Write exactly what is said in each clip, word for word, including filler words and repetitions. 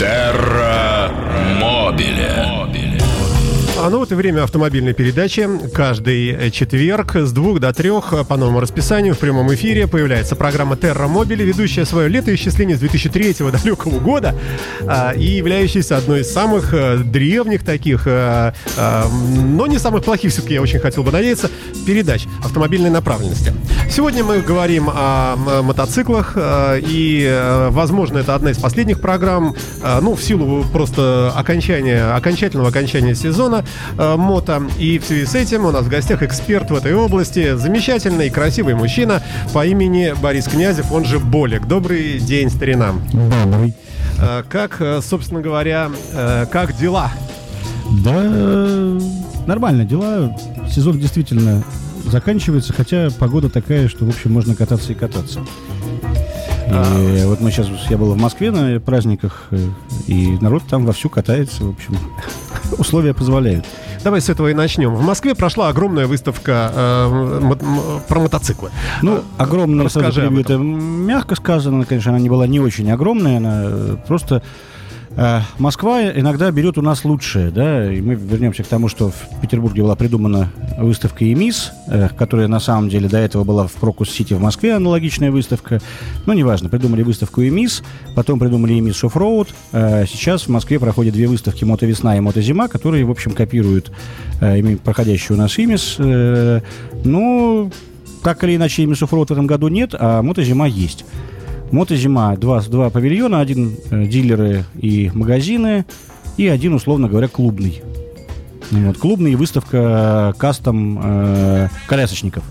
Терра Мобиле. А ну вот и время автомобильной передачи. Каждый четверг с двух до трех по новому расписанию в прямом эфире появляется программа «Терра Мобиле», ведущая свое летоисчисление с две тысячи третьего далекого года а, и являющаяся одной из самых а, древних таких, а, а, но не самых плохих, все-таки я очень хотел бы надеяться, передач автомобильной направленности. Сегодня мы говорим о, о мотоциклах, а, и, а, возможно, это одна из последних программ, а, ну, в силу просто окончания, окончательного окончания сезона мото. И в связи с этим у нас в гостях эксперт в этой области, замечательный, красивый мужчина по имени Борис Князев, он же Болик. Добрый день, старина. Добрый. Как, собственно говоря, как дела? Да, нормально дела. Сезон действительно заканчивается, хотя погода такая, что, в общем, можно кататься и кататься. И а... вот мы сейчас, я был в Москве на праздниках, и народ там вовсю катается, в общем, условия позволяют. Давай с этого и начнем. В Москве прошла огромная выставка э, мо- мо- про мотоциклы. Ну, огромная, расскажи об это мягко сказано, конечно, она не была не очень огромная, она просто... Москва иногда берет у нас лучшее, да, и мы вернемся к тому, что в Петербурге была придумана выставка ИМИС, которая на самом деле до этого была в Крокус-Сити в Москве, аналогичная выставка, но неважно, придумали выставку ИМИС, потом придумали ИМИС Оффроуд, сейчас в Москве проходят две выставки Мотовесна и Мотозима, которые, в общем, копируют проходящий у нас ИМИС, ну, так или иначе ИМИС Оффроуд в этом году нет, а Мотозима есть. Мотозима, два, два павильона, один э, дилеры и магазины, и один, условно говоря, клубный. Вот, клубный и выставка кастом э, колясочников.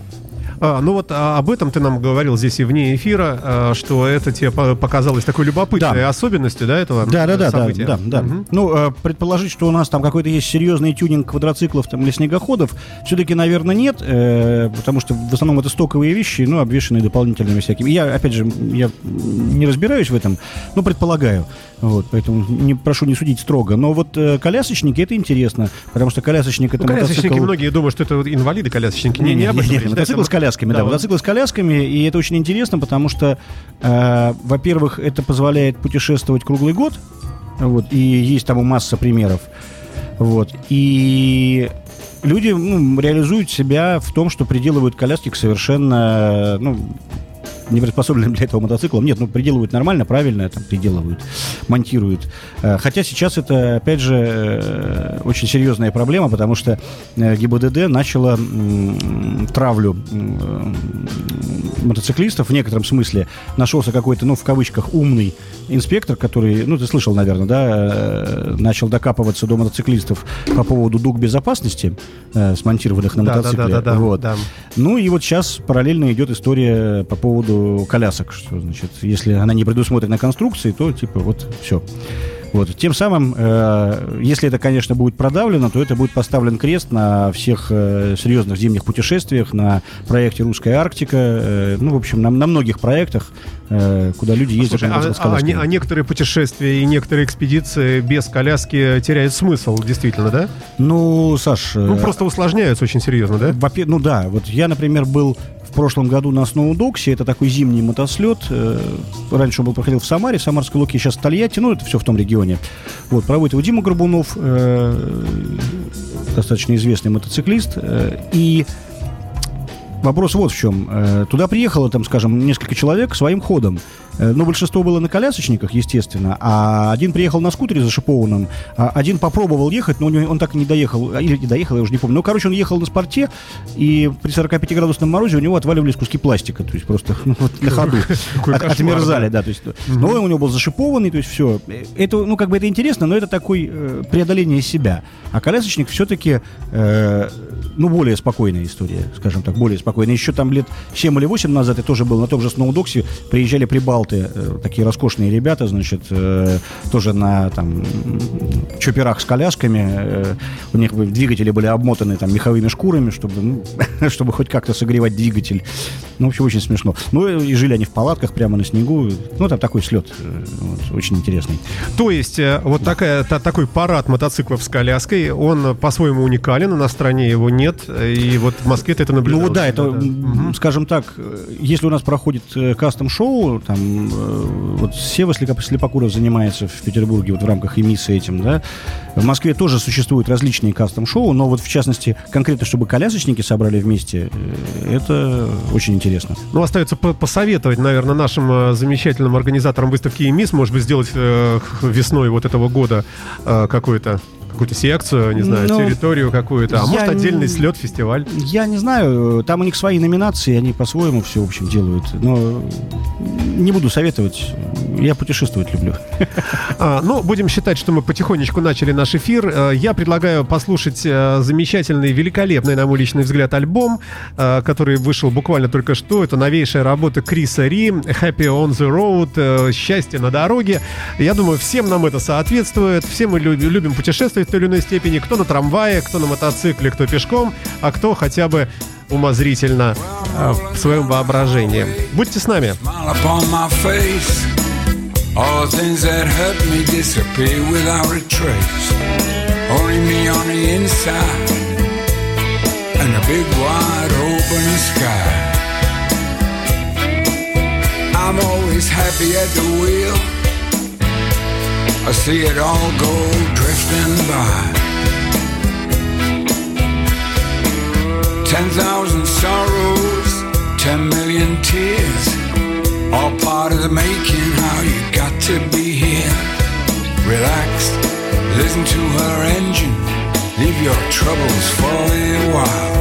А, ну вот а, об этом ты нам говорил здесь и вне эфира, а, что это тебе показалось такой любопытной да. особенностью, да, этого да, да, события? Да, да, да. Угу. Ну, э, предположить, что у нас там какой-то есть серьезный тюнинг квадроциклов там, или снегоходов, все-таки, наверное, нет, э, потому что в основном это стоковые вещи, ну, обвешанные дополнительными всякими. Я, опять же, я не разбираюсь в этом, но предполагаю. Вот, поэтому не, прошу не судить строго. Но вот э, колясочники, это интересно, потому что колясочник это ну, колясочники, мотоцикл... многие думают, что это инвалиды-колясочники. Не, не, не, не, не, не мотоцикл с колясками, да, да, мотоцикл с колясками, и это очень интересно, потому что, э, во-первых, это позволяет путешествовать круглый год, вот, и есть тому масса примеров, вот, и люди ну, реализуют себя в том, что приделывают коляски к совершенно, ну, не приспособленным для этого мотоциклом. Нет, ну, приделывают нормально, правильно, там, приделывают, монтируют. Хотя сейчас это, опять же, очень серьезная проблема, потому что ГИБДД начала травлю мотоциклистов в некотором смысле. Нашелся какой-то, ну, в кавычках, умный инспектор, который, ну, ты слышал, наверное, да, начал докапываться до мотоциклистов по поводу дуг безопасности, смонтированных на да, мотоцикле. Да, да, да, вот. да. Ну, и вот сейчас параллельно идет история по поводу колясок, что, значит, если она не предусмотрена конструкцией, то, типа, вот, все. Вот. Тем самым, э, если это, конечно, будет продавлено, то это будет поставлен крест на всех э, серьезных зимних путешествиях, на проекте «Русская Арктика», э, ну, в общем, на, на многих проектах, э, куда люди ездят. Слушай, а, с колясками. А, а некоторые путешествия и некоторые экспедиции без коляски теряют смысл, действительно, да? Ну, Саш... Ну, просто усложняются очень серьезно, да? Во- ну, да. Вот я, например, был... В прошлом году на Сноудоксе, это такой зимний мотослет. Раньше он был, проходил в Самаре, в Самарской Луке, сейчас в Тольятти, ну, это все в том регионе. Вот, проводит его Дима Горбунов, э, достаточно известный мотоциклист. Э, и вопрос вот в чем. Э, туда приехало, там, скажем, несколько человек своим ходом. Но большинство было на колясочниках, естественно, а один приехал на скутере зашипованном, а один попробовал ехать, но у него, он так и не доехал, или не доехал, я уже не помню. Ну, короче, он ехал на спорте, и при сорокапятиградусном морозе у него отваливались куски пластика, то есть просто ну, вот, на ходу от, отмерзали, да, то есть, mm-hmm. но у него был зашипованный, то есть все. Это, ну, как бы это интересно, но это такое э, преодоление себя. А колясочник все-таки, э, ну, более спокойная история, скажем так, более спокойная. Еще там лет семь или восемь назад я тоже был на том же Сноудоксе, приезжали прибалты, такие роскошные ребята, значит, э, тоже на там чоперах с колясками. Э, у них двигатели были обмотаны там меховыми шкурами, чтобы, ну, чтобы хоть как-то согревать двигатель. Ну, в общем, очень смешно. Ну, и жили они в палатках прямо на снегу. Ну, там такой слет вот, очень интересный. То есть, вот такая, та, такой парад мотоциклов с коляской, он по-своему уникален, на стране его нет, и вот в Москве-то это наблюдалось. Ну, да, это, да, да. скажем так, если у нас проходит кастом-шоу, там, вот Сева Слепокуров занимается в Петербурге вот в рамках ИМИСа этим, да, в Москве тоже существуют различные кастом-шоу, но вот, в частности, конкретно, чтобы колясочники собрали вместе, это очень интересно. Ну, остается посоветовать, наверное, нашим замечательным организаторам выставки ИМИС, может быть, сделать э, весной вот этого года э, какой-то какую-то секцию, не знаю, ну, территорию какую-то, а может отдельный слет, фестиваль? Я не знаю, там у них свои номинации, они по-своему все, в общем, делают, но не буду советовать, я путешествовать люблю. А, ну, будем считать, что мы потихонечку начали наш эфир. Я предлагаю послушать замечательный, великолепный, на мой личный взгляд, альбом, который вышел буквально только что. Это новейшая работа Криса Ри, Happy on the Road, счастье на дороге. Я думаю, всем нам это соответствует, все мы любим путешествовать в той или иной степени, кто на трамвае, кто на мотоцикле, кто пешком, а кто хотя бы умозрительно э, в своем воображении. Будьте с нами. I see it all go drifting by. Ten thousand sorrows, ten million tears, all part of the making. How you got to be here. Relax, listen to her engine. Leave your troubles for a little while.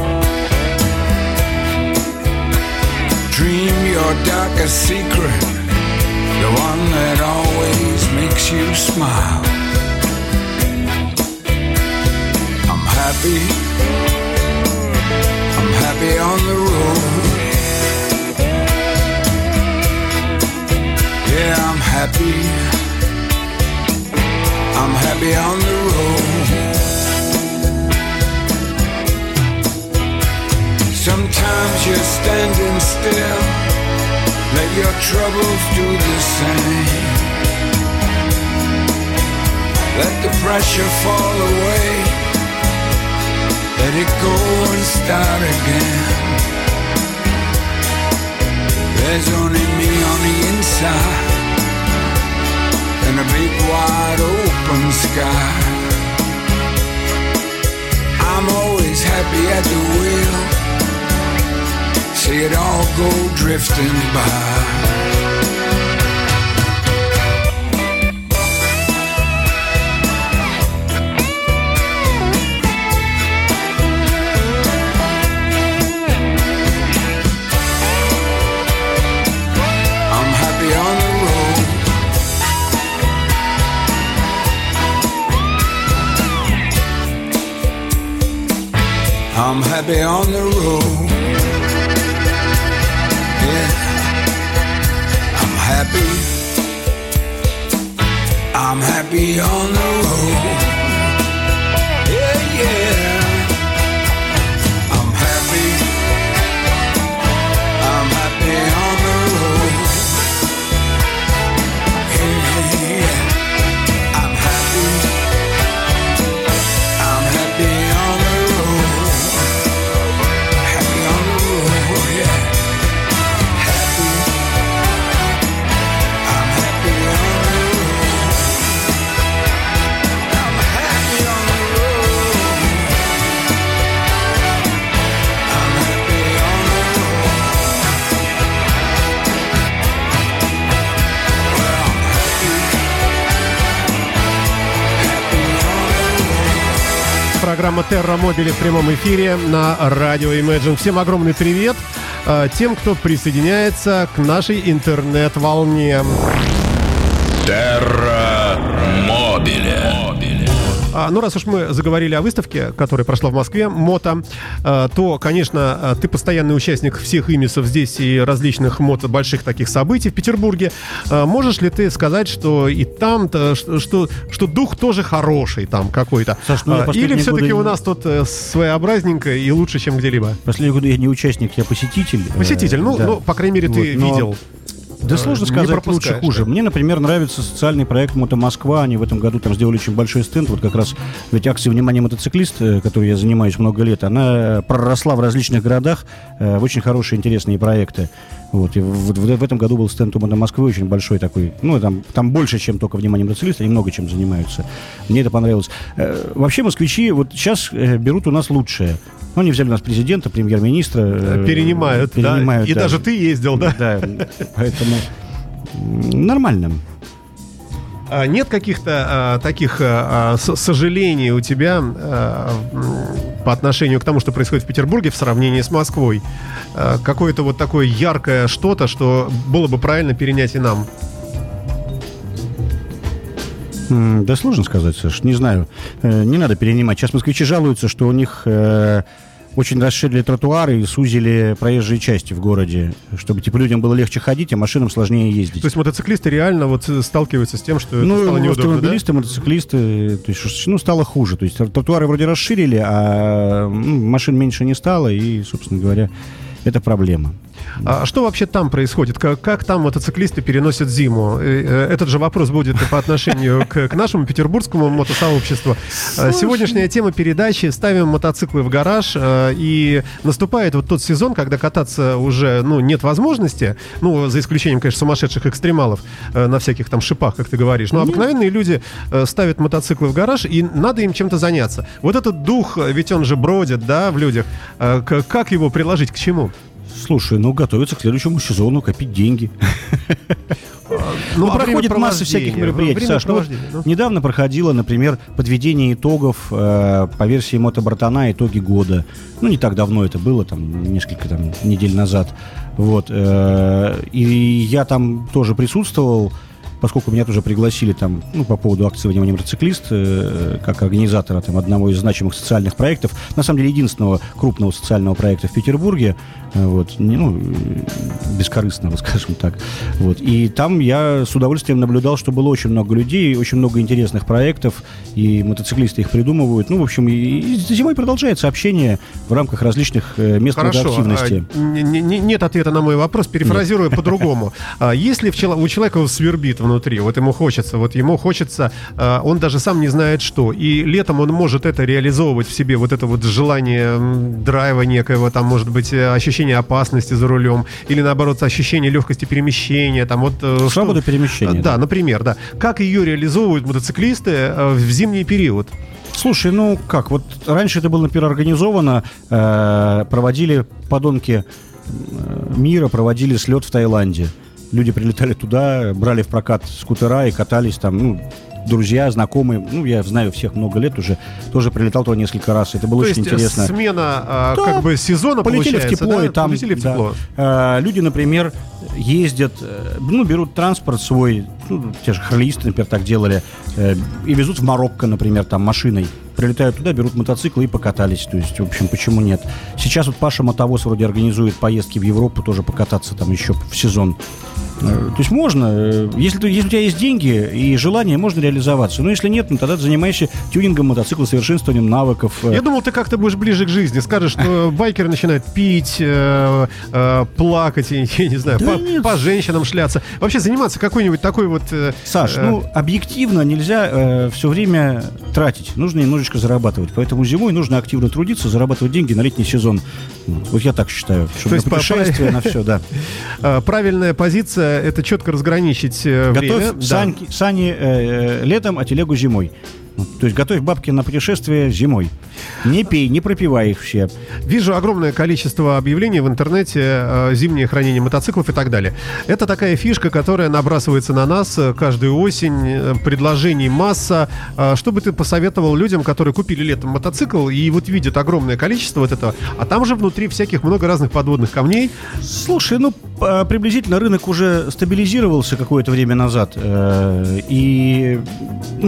Dream your darkest secret, the one that always makes you smile. I'm happy, I'm happy on the road. Yeah, I'm happy, I'm happy on the road. Sometimes you're standing still, let your troubles do the same. Let the pressure fall away, let it go and start again. There's only me on the inside, and a big wide open sky. I'm always happy at the wheel, see it all go drifting by. I'm happy on the road. I'm happy on the road. Happy, I'm happy on the road. Yeah, yeah. I'm happy, I'm happy on the road. Yeah, yeah. I'm happy, I'm happy on the road. Happy on the road, yeah. Программа Terra Mobile в прямом эфире на радио Imagine. Всем огромный привет э, тем, кто присоединяется к нашей интернет-волне. Terra Mobile. А, ну, раз уж мы заговорили о выставке, которая прошла в Москве, мото, а, то, конечно, ты постоянный участник всех имисов здесь и различных мото больших таких событий в Петербурге. А, можешь ли ты сказать, что и там-то, что, что дух тоже хороший там какой-то? Саш, ну, а, или все-таки годы... у нас тут своеобразненько и лучше, чем где-либо? Последние годы я не участник, я посетитель. Посетитель, ну, да. ну по крайней мере, ты вот, но... видел. Да сложно сказать, лучше, хуже. Да. Мне, например, нравится социальный проект «Мото Москва». Они в этом году там сделали очень большой стенд. Вот как раз ведь акция «Внимание, мотоциклист», которой я занимаюсь много лет, она проросла в различных городах в очень хорошие, интересные проекты. Вот. И в, в, в этом году был стенд у «Мото Москвы» очень большой такой. Ну, там, там больше, чем только «Внимание, мотоциклист». Они много чем занимаются. Мне это понравилось. Вообще москвичи вот сейчас берут у нас лучшее. Ну, они взяли у нас президента, премьер-министра. Перенимают, перенимают да. И да. даже ты ездил, да? Да, поэтому нормально. А нет каких-то а, таких а, с- сожалений у тебя а, по отношению к тому, что происходит в Петербурге в сравнении с Москвой? А, какое-то вот такое яркое что-то, что было бы правильно перенять и нам? Да сложно сказать, Саш, не знаю. Не надо перенимать. Сейчас москвичи жалуются, что у них э, очень расширили тротуары и сузили проезжие части в городе, чтобы типа людям было легче ходить, а машинам сложнее ездить. То есть мотоциклисты реально вот сталкиваются с тем, что ну, это стало неудобно, автомобилисты, да? мотоциклисты, то есть, ну, стало хуже. То есть тротуары вроде расширили, а ну, машин меньше не стало, и, собственно говоря, это проблема. А что вообще там происходит? Как, как там мотоциклисты переносят зиму? Этот же вопрос будет по отношению к, к нашему петербургскому мотосообществу. Слушай. Сегодняшняя тема передачи «Ставим мотоциклы в гараж». И наступает вот тот сезон, когда кататься уже ну, нет возможности. Ну, за исключением, конечно, сумасшедших экстремалов на всяких там шипах, как ты говоришь. Но обыкновенные люди ставят мотоциклы в гараж, и надо им чем-то заняться. Вот этот дух, ведь он же бродит, да, в людях. Как его приложить, к чему? Слушай, ну готовиться к следующему сезону, копить деньги. Ну, ну, а проходит масса всяких мероприятий, Саш. Ну, ну. Недавно проходило, например, подведение итогов э, по версии Мотобратана «Итоги года». Ну, не так давно это было, там, несколько там, недель назад. Вот. Э, и я там тоже присутствовал, поскольку меня тоже пригласили там, ну, по поводу акции «Внимание, мотоциклист», э, как организатора там, одного из значимых социальных проектов, на самом деле единственного крупного социального проекта в Петербурге, э, вот, не, ну, бескорыстного, скажем так. Вот. И там я с удовольствием наблюдал, что было очень много людей, очень много интересных проектов, и мотоциклисты их придумывают. Ну, в общем, и, и зимой продолжается общение в рамках различных э, мест активности. А, не, не, нет ответа на мой вопрос, перефразирую по-другому. Если у человека свербит внутри, вот ему хочется, вот ему хочется, он даже сам не знает что, и летом он может это реализовывать в себе, вот это вот желание драйва некоего, там, может быть, ощущение опасности за рулем, или, наоборот, ощущение легкости перемещения, там, вот... Свобода перемещения. Да, да, например, да. Как ее реализовывают мотоциклисты в зимний период? Слушай, ну как, вот раньше это было, например, организовано, э, проводили подонки мира, проводили слет в Таиланде. Люди прилетали туда, брали в прокат скутера и катались там, ну, друзья, знакомые, ну, я знаю всех много лет уже, тоже прилетал туда несколько раз, это было То очень есть интересно. смена, а, да, как бы сезона полетели получается, в тепло, да? И там, полетели в тепло. Да. Люди, например, ездят, ну, берут транспорт свой, ну, те же харлеисты, например, так делали, и везут в Марокко, например, там, машиной. Прилетают туда, берут мотоциклы и покатались. То есть, в общем, почему нет? Сейчас вот Паша Мотовоз вроде организует поездки в Европу, тоже покататься там еще в сезон. То есть можно, если, ты, если у тебя есть деньги и желание, можно реализоваться. Но если нет, ну тогда ты занимаешься тюнингом мотоцикла, совершенствованием навыков. Я думал, ты как-то будешь ближе к жизни. Скажешь, что байкеры начинают пить, э, э, плакать, я не знаю, да по, по женщинам шляться. Вообще заниматься какой-нибудь такой вот... Э, Саш, э, ну объективно нельзя э, все время тратить. Нужно немножечко зарабатывать. Поэтому зимой нужно активно трудиться, зарабатывать деньги на летний сезон. Вот, вот я так считаю. Чтобы на путешествие, на все, да. Правильная позиция — это четко разграничить время. Готовь санки, да. сани э, летом, а телегу зимой. То есть готовь бабки на путешествие зимой. Не пей, не пропивай их все. Вижу огромное количество объявлений в интернете, э, зимнее хранение мотоциклов и так далее. Это такая фишка, которая набрасывается на нас каждую осень. Предложений масса. Э, что бы ты посоветовал людям, которые купили летом мотоцикл и вот видят огромное количество вот этого, а там же внутри всяких много разных подводных камней? Слушай, ну приблизительно рынок уже стабилизировался какое-то время назад. Э, и, ну,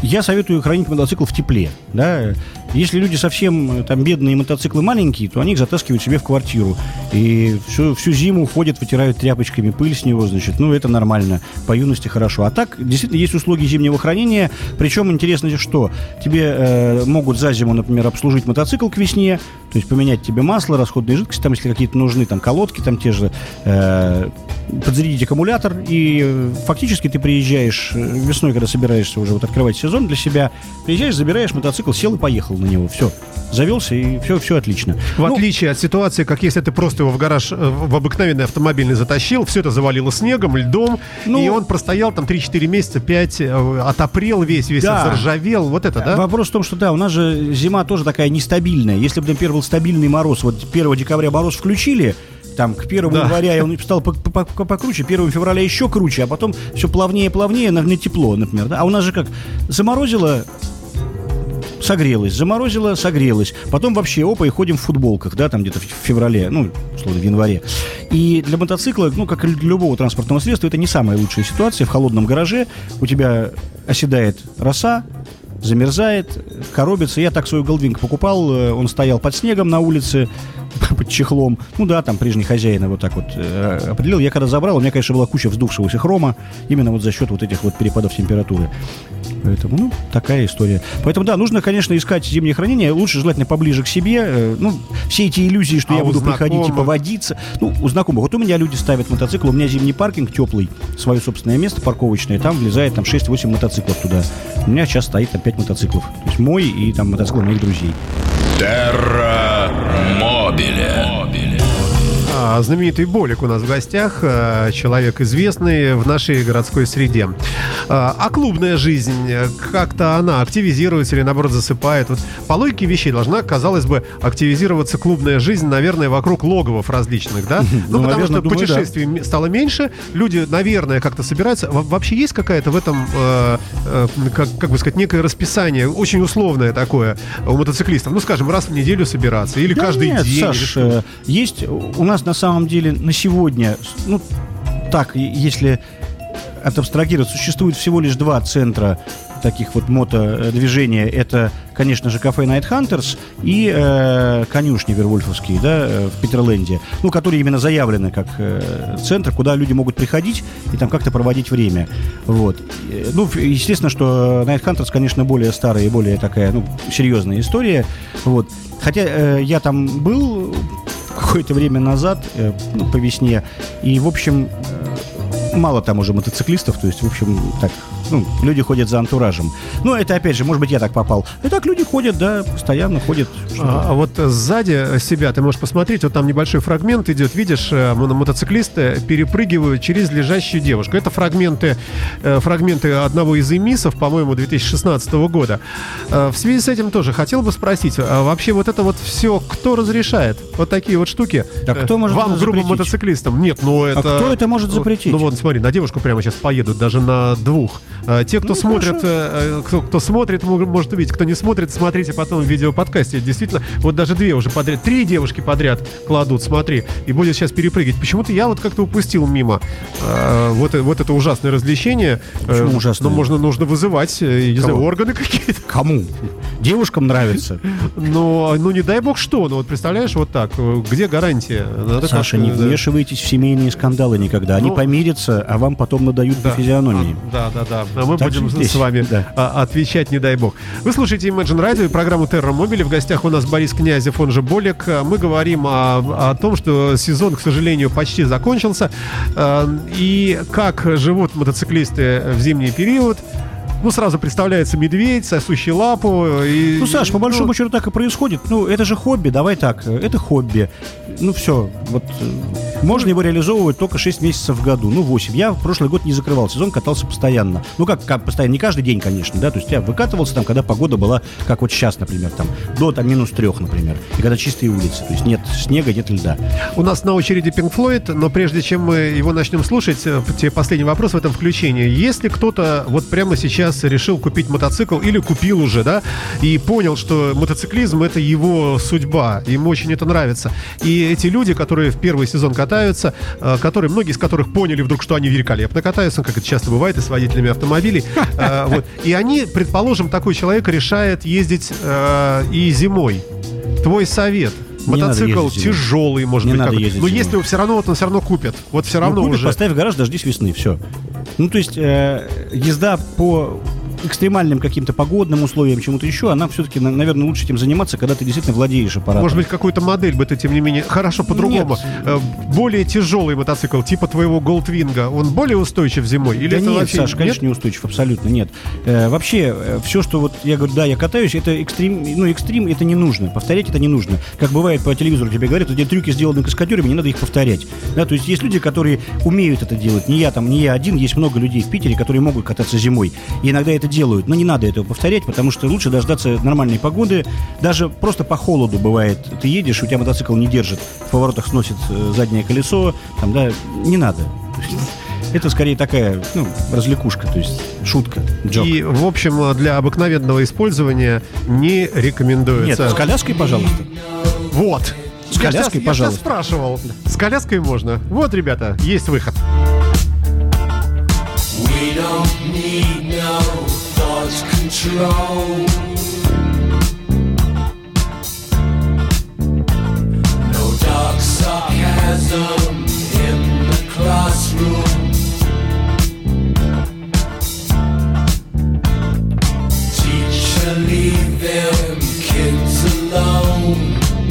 Я советую хранить мотоцикл в тепле, да. Если люди совсем там бедные, мотоциклы маленькие, то они их затаскивают себе в квартиру. И всю, всю зиму ходят, вытирают тряпочками пыль с него, значит, ну, это нормально, по юности хорошо. А так, действительно, есть услуги зимнего хранения, причем интересно, что тебе э, могут за зиму, например, обслужить мотоцикл к весне, то есть поменять тебе масло, расходные жидкости, там, если какие-то нужны, там, колодки, там, те же, э, подзарядить аккумулятор, и э, фактически ты приезжаешь весной, когда собираешься уже вот открывать сезон для себя, приезжаешь, забираешь мотоцикл, сел и поехал на него, все, завелся, и все, все отлично. В ну, отличие от ситуации, как если ты просто его в гараж, в обыкновенный автомобильный затащил, все это завалило снегом, льдом, ну, и он простоял там три-четыре месяца, пять, отопрел весь, весь да. заржавел, вот это, да? Вопрос в том, что да, у нас же зима тоже такая нестабильная. Если бы, например, был стабильный мороз, вот первого декабря мороз включили, там, к первому да. января он стал покруче, первого февраля еще круче, а потом все плавнее-плавнее, на тепло, например. Да? А у нас же как, заморозило, согрелось, заморозило, согрелось. Потом вообще, опа, и ходим в футболках, да, там где-то в феврале, ну, условно, в январе. И для мотоцикла, ну, как и для любого транспортного средства, это не самая лучшая ситуация. В холодном гараже у тебя оседает роса, замерзает, коробится. Я так свой Goldwing покупал, он стоял под снегом на улице, под чехлом. Ну да, там прежний хозяин его так вот э, определил. Я когда забрал, у меня, конечно, была куча вздувшегося хрома, именно вот за счет вот этих вот перепадов температуры. Поэтому, ну, такая история. Поэтому, да, нужно, конечно, искать зимнее хранение. Лучше желательно поближе к себе. Э, ну, все эти иллюзии, что а я буду знакомых? приходить и поводиться. Ну, у знакомых. Вот у меня люди ставят мотоцикл, у меня зимний паркинг теплый, свое собственное место парковочное, там влезает там шесть-восемь мотоциклов туда. У меня сейчас стоит там пять мотоциклов. То есть мой и там мотоцикл моих друзей. Терра Мобиле. А, знаменитый Болик у нас в гостях, человек известный в нашей городской среде. А клубная жизнь, как-то она активизируется или, наоборот, засыпает? Вот по логике вещей должна, казалось бы, активизироваться клубная жизнь, наверное, вокруг логовов различных, да? Ну, ну потому что путешествий стало меньше, люди, наверное, как-то собираются. Вообще есть какая-то в этом, э, э, как, как бы сказать, некое расписание, очень условное такое у мотоциклистов? Ну, скажем, раз в неделю собираться или да каждый нет, день? Саш, или есть у нас на самом деле на сегодня, ну, так, если абстрагировать, существует всего лишь два центра таких вот мотодвижения. Это, конечно же, кафе Night Hunters и э, конюшни вервольфовские, да, в Питерленде, ну, которые именно заявлены как э, центр, куда люди могут приходить и там как-то проводить время. Вот. Ну, естественно, что Night Hunters, конечно, более старая и более такая, ну, серьезная история. Вот. Хотя э, я там был какое-то время назад, э, ну, по весне, и, в общем, э, мало там уже мотоциклистов, то есть, в общем, так, ну, люди ходят за антуражем. Но это, опять же, может быть, я так попал. И так люди ходят, да, постоянно ходят. А, а вот сзади себя ты можешь посмотреть, вот там небольшой фрагмент идет, видишь, мотоциклисты перепрыгивают через лежащую девушку. Это фрагменты, фрагменты одного из эмисов, по-моему, две тысячи шестнадцатого года. В связи с этим тоже хотел бы спросить, а вообще вот это вот все кто разрешает? Вот такие вот штуки? Да кто может Вам, грубым мотоциклистам? Нет, ну это... А кто это может запретить? Ну вот, смотри, на девушку прямо сейчас поедут, даже на двух. Те, кто ну, смотрит, кто, кто смотрит, может увидеть, кто не смотрит, смотрите потом в видеоподкасте. Действительно, вот даже две уже подряд, три девушки подряд кладут, смотри, и будет сейчас перепрыгивать. Почему-то я вот как-то упустил мимо э, вот, вот это ужасное развлечение. Почему э, ужасное? Но можно, нужно вызывать, не знаю, органы какие-то. Кому? Девушкам нравится. Но, ну, не дай бог что, ну вот представляешь, вот так, где гарантия? Надо Саша, не вмешивайтесь в семейные скандалы никогда. Они ну, помирятся, а вам потом надают да, по физиономии. Да, да, да. А мы так будем здесь, с вами да. а, отвечать, не дай бог. Вы слушаете Imagine Radio и программу Terra Mobile. В гостях у нас Борис Князев, он же Болик. Мы говорим о, о том, что сезон, к сожалению, почти закончился. И как живут мотоциклисты в зимний период. Ну, сразу представляется медведь, сосущий лапу. И, ну, Саш, по большому ну... счету так и происходит. Ну, это же хобби, давай так. Это хобби. Ну, все. Вот можно его реализовывать только шесть месяцев в году. Ну, восемь. Я в прошлый год не закрывал сезон, катался постоянно. Ну, как, как постоянно, не каждый день, конечно, да. То есть я выкатывался там, когда погода была, как вот сейчас, например, там, до там, минус трех, например. И когда чистые улицы. То есть нет снега, нет льда. У нас на очереди Pink Floyd, но прежде чем мы его начнем слушать, те последний вопрос в этом включении. Есть ли кто-то вот прямо сейчас сейчас решил купить мотоцикл или купил уже, да, и понял, что мотоциклизм — это его судьба, ему очень это нравится. И эти люди, которые в первый сезон катаются, которые, многие из которых поняли вдруг, что они великолепно катаются, как это часто бывает и с водителями автомобилей, вот, и они, предположим, такой человек решает ездить и зимой. Твой совет? Мотоцикл тяжелый, может не быть, как, но зимой. если все равно, вот он все равно купит. Вот все равно ну, купит, уже. Поставь в гараж, дождись весны, все. Ну, то есть э, езда по экстремальным каким-то погодным условиям, чему-то еще, она все-таки, наверное, лучше этим заниматься, когда ты действительно владеешь аппаратом. Может быть, какую-то модель бы ты, тем не менее... Хорошо, по-другому. Нет. Более тяжелый мотоцикл, типа твоего Goldwing, он более устойчив зимой? Или да это нет, вообще... Саша, конечно, нет? Не устойчив, абсолютно нет. Э, вообще, э, все, что вот я говорю, да, я катаюсь, это экстрим, ну, экстрим, это не нужно. Повторять это не нужно. Как бывает по телевизору, тебе говорят, эти трюки сделаны каскадерами, не надо их повторять. Да, то есть есть люди, которые умеют это делать. Не я там, не я один, есть много людей в Питере, которые могут кататься зимой. И иногда это делают, но не надо этого повторять, потому что лучше дождаться нормальной погоды. Даже просто по холоду бывает. Ты едешь, у тебя мотоцикл не держит, в поворотах сносит заднее колесо, там, да, не надо. Это скорее такая, ну, развлекушка, то есть шутка, джок. И, в общем, для обыкновенного использования не рекомендуется. Нет, с коляской, пожалуйста. Вот. С коляской, я пожалуйста. Я сейчас спрашивал. С коляской можно. Вот, rебята, есть выход. We don't need no thought control. No dark sarcasm in the classroom. Teacher, leave them kids alone.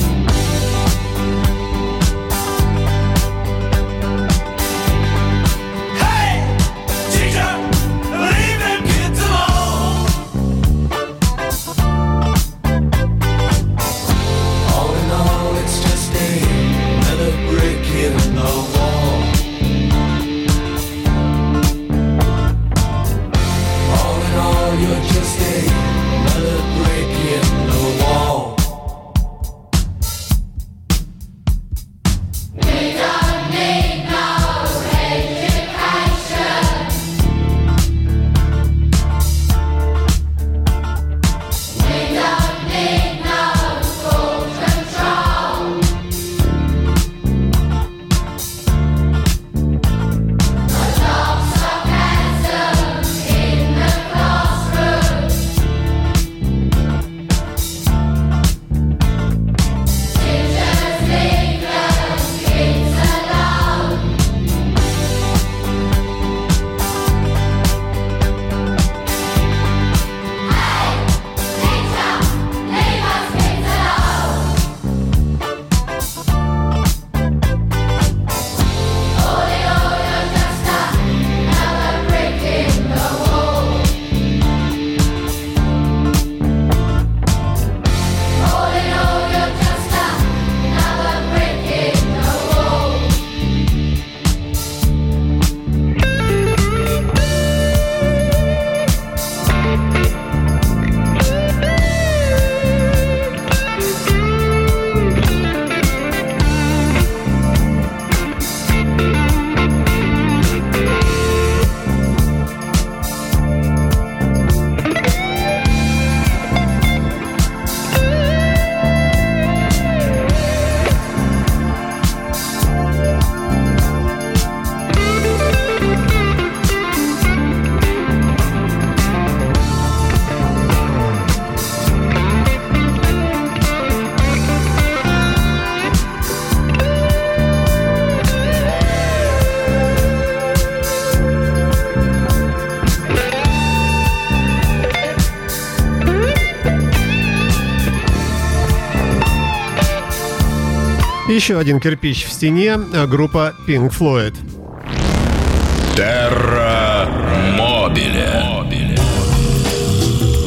Еще один кирпич в стене. Группа Pink Floyd. Терра Мобиле. В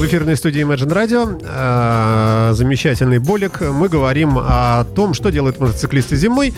В эфирной студии Imagine Radio э, замечательный Болик. Мы говорим о том, что делают мотоциклисты зимой.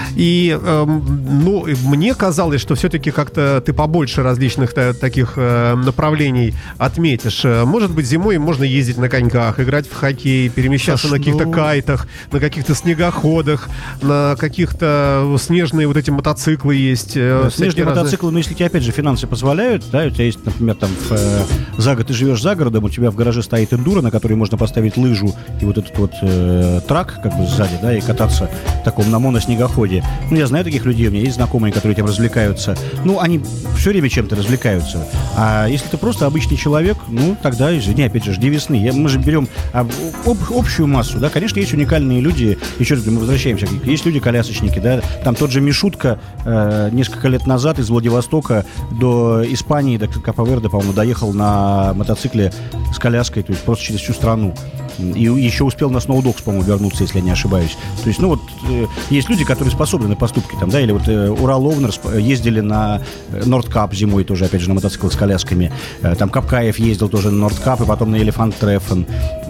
И э, ну, мне казалось, что все-таки как-то ты побольше различных та- таких э, направлений отметишь. Может быть, зимой можно ездить на коньках, играть в хоккей, перемещаться Саш, на каких-то ну... кайтах, на каких-то снегоходах, на каких-то снежные вот эти мотоциклы есть. э, Снежные разные. мотоциклы, ну, если тебе, опять же, финансы позволяют, да, у тебя есть, например, там, в, э, за год ты живешь за городом, у тебя в гараже стоит эндуро, на который можно поставить лыжу и вот этот вот э, трак, как бы, сзади, да, и кататься в таком на моноснегоходе. Ну, я знаю таких людей, у меня есть знакомые, которые этим развлекаются. Ну, они все время чем-то развлекаются. А если ты просто обычный человек, ну, тогда, извини, опять же, жди весны. Я, мы же берем а, об, общую массу, да, конечно, есть уникальные люди, еще раз мы возвращаемся, есть люди-колясочники, да, там тот же Мишутка э, несколько лет назад из Владивостока до Испании, до Капо-Верде, по-моему, доехал на мотоцикле с коляской, то есть просто через всю страну. И еще успел на сноудокс, по-моему, вернуться, если я не ошибаюсь. То есть, ну вот, э, есть люди, которые способны на поступки, там, да, или вот э, Урал Овнерс ездили на Нордкап зимой тоже, опять же, на мотоциклах с колясками. Э, там Капкаев ездил тоже на Нордкап и потом на Элефант Трефен.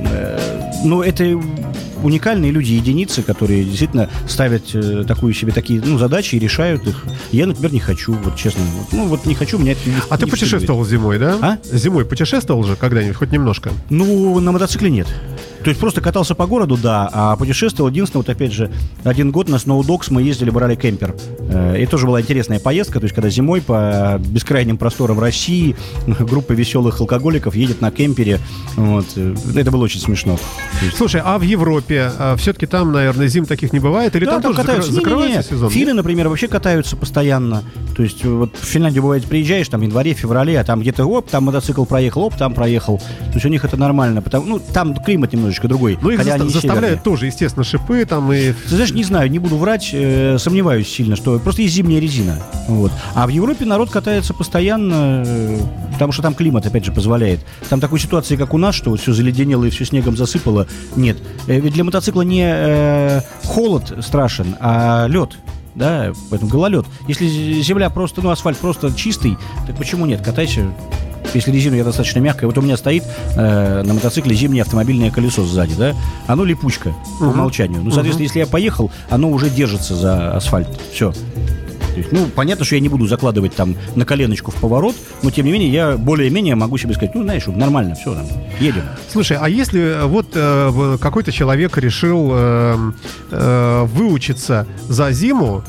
Э, ну, это уникальные люди, единицы, которые действительно ставят э, такую себе такие, ну, задачи и решают их. Я, например, не хочу, вот честно. Вот, ну, вот не хочу, меня это не А ты путешествовал зимой, да? А? Зимой путешествовал же когда-нибудь, хоть немножко? Ну, на мотоцикле нет. То есть просто катался по городу, да, а путешествовал единственное, вот опять же, один год на сноудокс мы ездили, брали кемпер. И тоже была интересная поездка, то есть когда зимой по бескрайним просторам России группа веселых алкоголиков едет на кемпере. Вот. Это было очень смешно. Слушай, а в Европе а, все-таки там, наверное, зим таких не бывает? Или да, там, там тоже катаются. закры- закрывается Не-не-не. сезон? Финны, например, вообще катаются постоянно. То есть вот в Финляндию, бывает, приезжаешь там в январе, феврале, а там где-то, оп, там мотоцикл проехал, оп, там проехал. То есть у них это нормально. Потому, ну, там климат немножечко другой. Ну, их хотя заста- они заставляют северные. тоже, естественно, шипы там и... Ты знаешь, не знаю, не буду врать, э, сомневаюсь сильно, что просто есть зимняя резина. Вот. А в Европе народ катается постоянно, э, потому что там климат, опять же, позволяет. Там такой ситуации, как у нас, что вот все заледенело и все снегом засыпало, нет. Э, ведь для мотоцикла не э, холод страшен, а лед. Да, поэтому гололед. Если земля просто, ну, асфальт просто чистый, так почему нет? Катайся. Если резина я достаточно мягкая, вот у меня стоит э, на мотоцикле зимнее автомобильное колесо сзади, да, оно липучка по Мгм. умолчанию. Ну, соответственно, если я поехал, оно уже держится за асфальт. Все. То есть, ну, понятно, что я не буду закладывать там на коленочку в поворот, но, тем не менее, я более-менее могу себе сказать, ну, знаешь, нормально, все, там, едем. Слушай, а если вот э, какой-то человек решил э, э, выучиться за зиму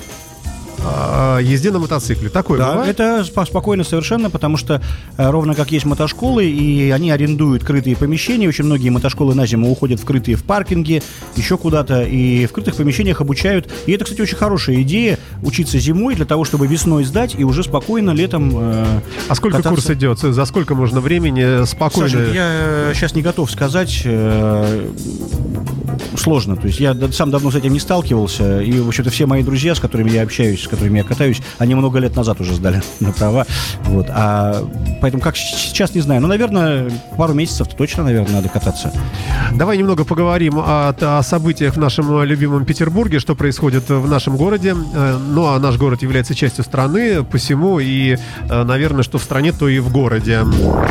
э, езде на мотоцикле, такое Да, бывает? это спо- спокойно совершенно, потому что э, ровно как есть мотошколы, и они арендуют крытые помещения, очень многие мотошколы на зиму уходят в крытые в паркинге, еще куда-то, и в крытых помещениях обучают. И это, кстати, очень хорошая идея, учиться зимой для того, чтобы весной сдать и уже спокойно летом э, А сколько кататься. курс идет? За сколько можно времени спокойно? Саша, я сейчас не готов сказать. э, Сложно. То есть я д- сам давно с этим не сталкивался. И, в общем-то, все мои друзья, с которыми я общаюсь, с которыми я катаюсь, они много лет назад уже сдали на права. Вот. А поэтому как с- сейчас не знаю. Ну, наверное, пару месяцев точно, наверное, надо кататься. Давай немного поговорим о, о событиях в нашем любимом Петербурге, что происходит в нашем городе. Э, Ну, а наш город является частью страны, посему и, э, наверное, что в стране, то и в городе.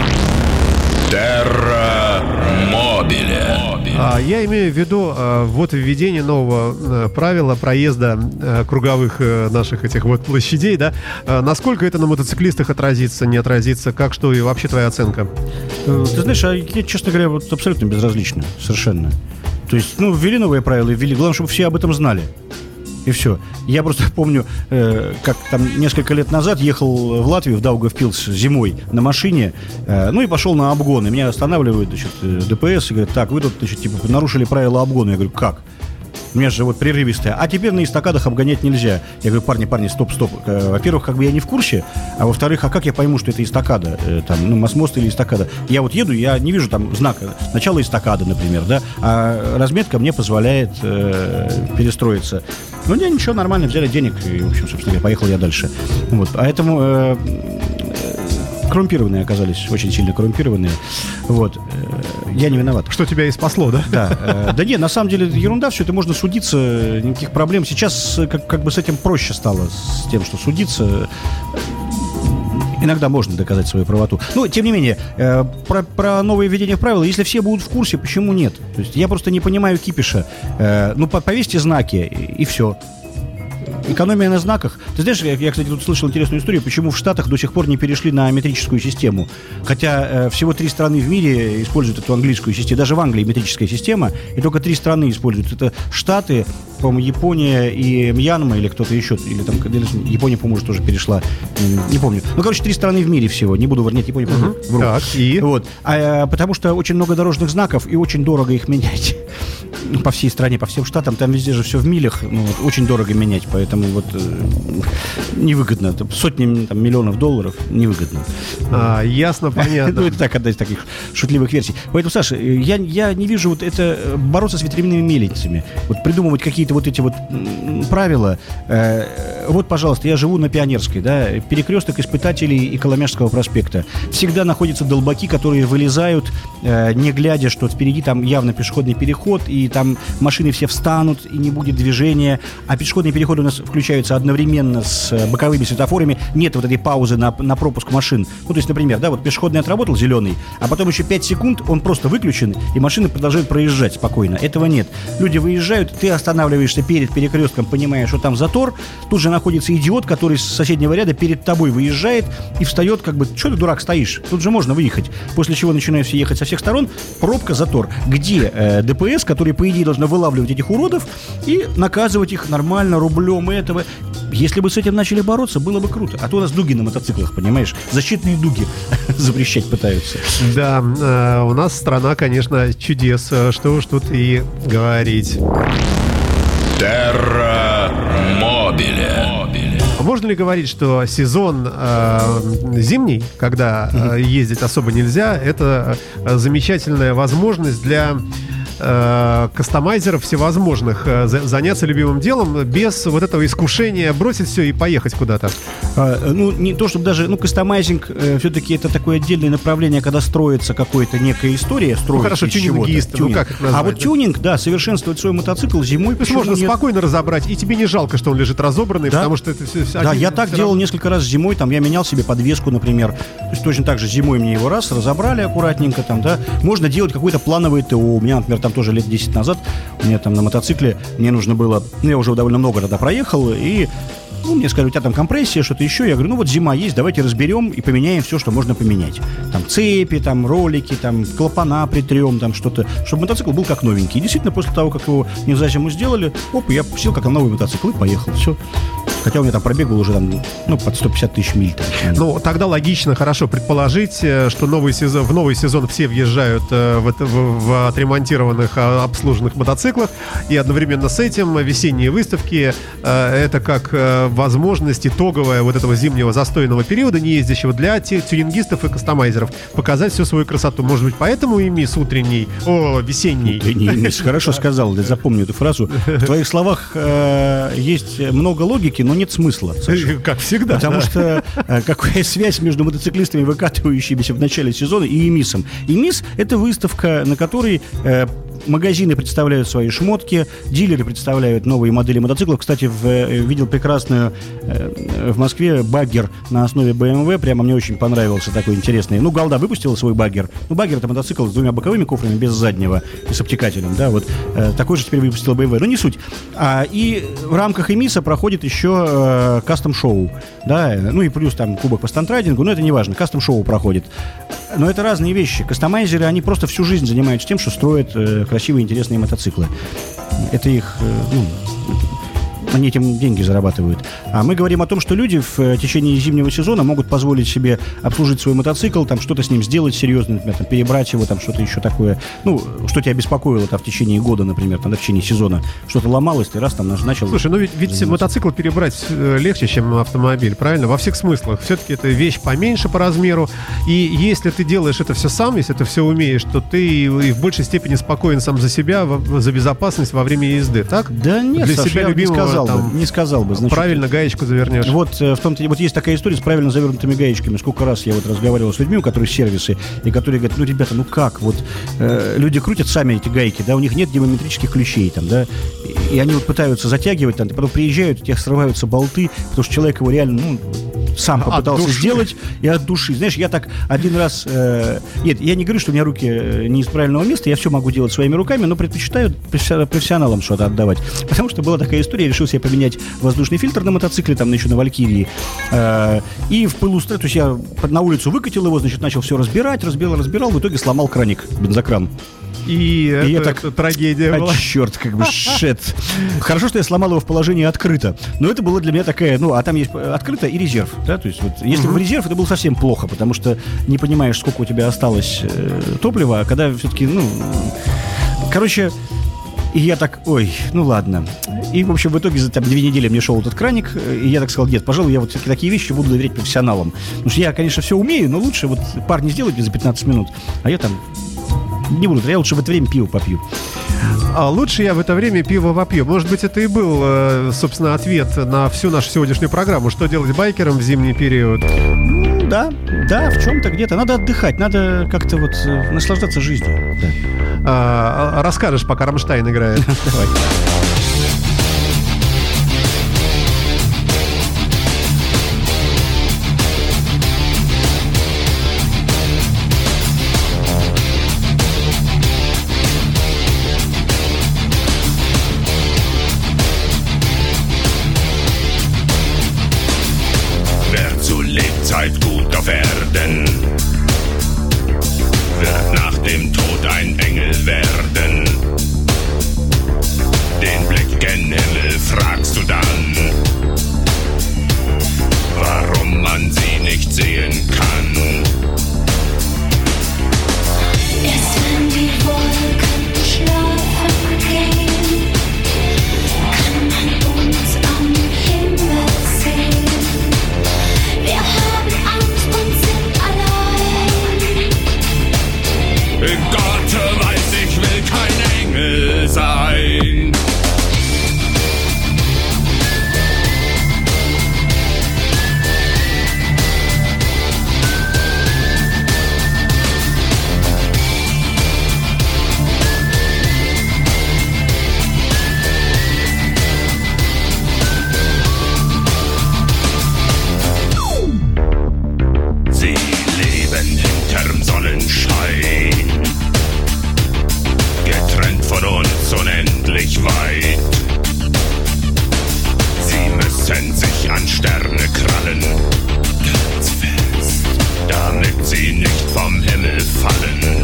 Терра Мобиле. А, Я имею в виду э, вот введение нового э, правила проезда э, круговых э, наших этих вот площадей, да? Э, Насколько это на мотоциклистах отразится, не отразится? Как, что и вообще твоя оценка? Э, Ты знаешь, а я, честно говоря, вот абсолютно безразлично. Совершенно. То есть, ну, ввели новые правила, ввели. Главное, чтобы все об этом знали. И все. Я просто помню, э, как там несколько лет назад ехал в Латвию, в Даугавпилс зимой на машине, э, ну и пошел на обгон. И меня останавливают, значит, э, ДПС и говорят, так, вы тут, значит, типа, нарушили правила обгона. Я говорю, как? У меня же вот прерывистая. А теперь на эстакадах обгонять нельзя. Я говорю, парни, парни, стоп, стоп. Э, Во-первых, как бы я не в курсе, а во-вторых, а как я пойму, что это эстакада? Э, Там, ну, мост или эстакада? Я вот еду, я не вижу там знака. Начало эстакады, например, да? А разметка мне позволяет э, перестроиться. Ну, не, ничего, нормально, взяли денег, и, в общем, собственно говоря, поехал я дальше. Вот, поэтому э, э, коррумпированные оказались, очень сильно коррумпированные. Вот, э, я не виноват. Что тебя и спасло, да? Да, э, да не, на самом деле ерунда, все это можно судиться, никаких проблем. Сейчас э, как, как бы с этим проще стало, с тем, что судиться. Иногда можно доказать свою правоту. Но, тем не менее, э, про, про новые введения в правила, если все будут в курсе, почему нет? То есть я просто не понимаю кипиша. Э, ну, повесьте знаки, и, и все. Экономия на знаках. Ты знаешь, я, я, кстати, тут слышал интересную историю, почему в Штатах до сих пор не перешли на метрическую систему. Хотя э, всего три страны в мире используют эту английскую систему. Даже в Англии метрическая система, и только три страны используют. Это Штаты, по-моему, Япония и Мьянма, или кто-то еще, или там, Япония, по-моему, уже тоже перешла. Не помню. Ну, короче, три страны в мире всего. Не буду врать, Япония, по-моему, угу. Так, и? Вот. А, потому что очень много дорожных знаков, и очень дорого их менять. По всей стране, по всем штатам, там везде же все в милях, ну, вот, очень дорого менять, поэтому вот э, невыгодно. Сотни там, миллионов долларов невыгодно. А, ясно, понятно. Ну, это так, одна из таких шутливых версий. Поэтому, Саша, я, я не вижу вот это бороться с ветряными мельницами, вот придумывать какие-то вот эти вот правила. Э, вот, пожалуйста, я живу на Пионерской, да, перекресток Испытателей и Коломяжского проспекта. Всегда находятся долбаки, которые вылезают, э, не глядя, что впереди там явно пешеходный переход, и там машины все встанут, и не будет движения, а пешеходные переходы у нас включаются одновременно с боковыми светофорами, нет вот этой паузы на, на пропуск машин. Ну, то есть, например, да, вот пешеходный отработал зеленый, а потом еще пять секунд он просто выключен, и машины продолжают проезжать спокойно. Этого нет. Люди выезжают, ты останавливаешься перед перекрестком, понимая, что там затор, тут же находится идиот, который с соседнего ряда перед тобой выезжает и встает, как бы, что ты, дурак, стоишь? Тут же можно выехать. После чего начинают все ехать со всех сторон, пробка, затор. Где э, ДПС, который, по идее, должна вылавливать этих уродов и наказывать их нормально, рублем этого. Если бы с этим начали бороться, было бы круто. А то у нас дуги на мотоциклах, понимаешь? Защитные дуги запрещать пытаются. Да, э, у нас страна, конечно, чудес. Что уж тут и говорить. Терра Мобиле. Можно ли говорить, что сезон э, зимний, когда э, ездить особо нельзя, это э, замечательная возможность для э, кастомайзеров всевозможных э, за, заняться любимым делом без вот этого искушения бросить все и поехать куда-то? А, ну, не то, чтобы даже, ну, кастомайзинг э, все-таки это такое отдельное направление, когда строится какая-то некая история, строится ну, хорошо, из тюнингист, чего-то. ну как это назвать? А вот тюнинг, да, совершенствовать свой мотоцикл зимой. То есть можно нет? спокойно разобрать, и тебе не жалко, что он лежит разобранный, да? потому что это все... Да, один, я так делал равно. Несколько раз зимой, там, я менял себе подвеску, например. То есть точно так же зимой мне его раз разобрали аккуратненько, там, да. Можно делать какое-то плановое ТО. У меня, например, там тоже лет десять назад, у меня там на мотоцикле, мне нужно было, ну, я уже довольно много тогда проехал, и ну, мне сказали, у тебя там компрессия, что-то еще. Я говорю, ну вот зима есть, давайте разберем и поменяем все, что можно поменять. Там цепи, там ролики, там клапана притрем, там что-то, чтобы мотоцикл был как новенький. И действительно, после того, как его не за зиму сделали, оп, я сел как на новый мотоцикл и поехал. Все. Хотя у меня там пробег был уже там, ну, под сто пятьдесят тысяч миль. Там. Ну, тогда логично, хорошо предположить, что новый сезон, в новый сезон все въезжают в, в, в отремонтированных, обслуженных мотоциклах, и одновременно с этим весенние выставки — это как возможность итоговая вот этого зимнего застойного периода, не ездящего, для тюнингистов и кастомайзеров показать всю свою красоту. Может быть, поэтому и мисс утренний, о, весенний. Ты не, мисс, хорошо сказал, я запомню эту фразу. В твоих словах э, есть много логики, но нет смысла, Саша. Как всегда. Потому что э, какая связь между мотоциклистами, выкатывающимися в начале сезона, и ИМИСом? ИМИС — это выставка, на которой э, магазины представляют свои шмотки, дилеры представляют новые модели мотоциклов. Кстати, в, э, видел прекрасную э, в Москве баггер на основе бэ эм вэ. Прямо мне очень понравился, такой интересный. Ну, Галда выпустила свой баггер. Ну, баггер — это мотоцикл с двумя боковыми кофрами, без заднего, и с обтекателем, да, вот. Э, такой же теперь выпустила бэ эм вэ. Но не суть. А, и в рамках ИМИСа проходит еще э, кастом-шоу, да, ну и плюс там кубок по стандрайдингу, но это не важно, кастом-шоу проходит. Но это разные вещи. Кастомайзеры, они просто всю жизнь занимаются тем, что строят э, красивые, интересные мотоциклы. Это их, э, ну, они этим деньги зарабатывают. А мы говорим о том, что люди в течение зимнего сезона могут позволить себе обслужить свой мотоцикл, там что-то с ним сделать серьезно, например, там, перебрать его, там что-то еще такое. Ну, что тебя беспокоило там, в течение года, например, там, в течение сезона. Что-то ломалось, ты раз там начал... Слушай, ну ведь, ведь мотоцикл перебрать легче, чем автомобиль, правильно? Во всех смыслах. Все-таки это вещь поменьше по размеру. И если ты делаешь это все сам, если ты все умеешь, то ты и в большей степени спокоен сам за себя, за безопасность во время езды, так? Да нет, Для Саша, себя я любимого сказал бы, там не сказал бы. Значит, правильно гаечку завернешь. Вот, э, в том-то, вот есть такая история с правильно завернутыми гаечками. Сколько раз я вот разговаривал с людьми, у которых сервисы, и которые говорят, ну, ребята, ну как, вот э, люди крутят сами эти гайки, да, у них нет динамометрических ключей там, да, и, и они вот пытаются затягивать там, потом приезжают, у тебя срываются болты, потому что человек его реально, ну, сам попытался души. сделать и от души. Знаешь, я так один раз... Э, нет, я не говорю, что у меня руки не из правильного места, я все могу делать своими руками, но предпочитаю профессионалам что-то отдавать. Потому что была такая история, я решил себе поменять воздушный фильтр на мотоцикле, там еще на Валькирии, э, и в пылу, то есть я на улицу выкатил его, значит, начал все разбирать, разбирал, разбирал, в итоге сломал краник, бензокран. И, И это, я так, это трагедия а, была. черт, как бы, шет. Хорошо, что я сломал его в положении открыто. Но это было для меня такая, ну, а там есть открыто и резерв, да, то есть вот, если бы в резерв, это было совсем плохо, потому что не понимаешь, сколько у тебя осталось э, топлива, а когда все-таки, ну, короче... И я так, ой, ну ладно. И, в общем, в итоге за там, две недели мне шел этот краник, и я так сказал, нет, пожалуй, я вот все-таки такие вещи буду доверять профессионалам. Потому что я, конечно, все умею, но лучше вот парни сделают мне за пятнадцать минут, а я там не буду, я лучше в это время пиво попью. А лучше я в это время пиво попью. Может быть, это и был, э, собственно, ответ на всю нашу сегодняшнюю программу. Что делать байкерам в зимний период? Ну, да, да, в чем-то где-то. Надо отдыхать, надо как-то вот э, наслаждаться жизнью. Да. А, расскажешь, пока Рамштайн играет. Давай. Wer zu Lebzeit gut auf Erden, wird nach dem Tod ein Engel werden. Den Blick gen Himmel fragst du dann, warum man sie nicht sehen kann. Erst wenn die Wolken schlafen gehen, kann man uns am Himmel sehen. Wir haben Angst und sind allein. Gott weiß, ich will kein Engel sein. Sie leben hinterm Sonnenschein, getrennt von uns unendlich weit. Sie müssen sich an Sterne krallen, ganz fest, damit sie nicht vom Himmel fallen.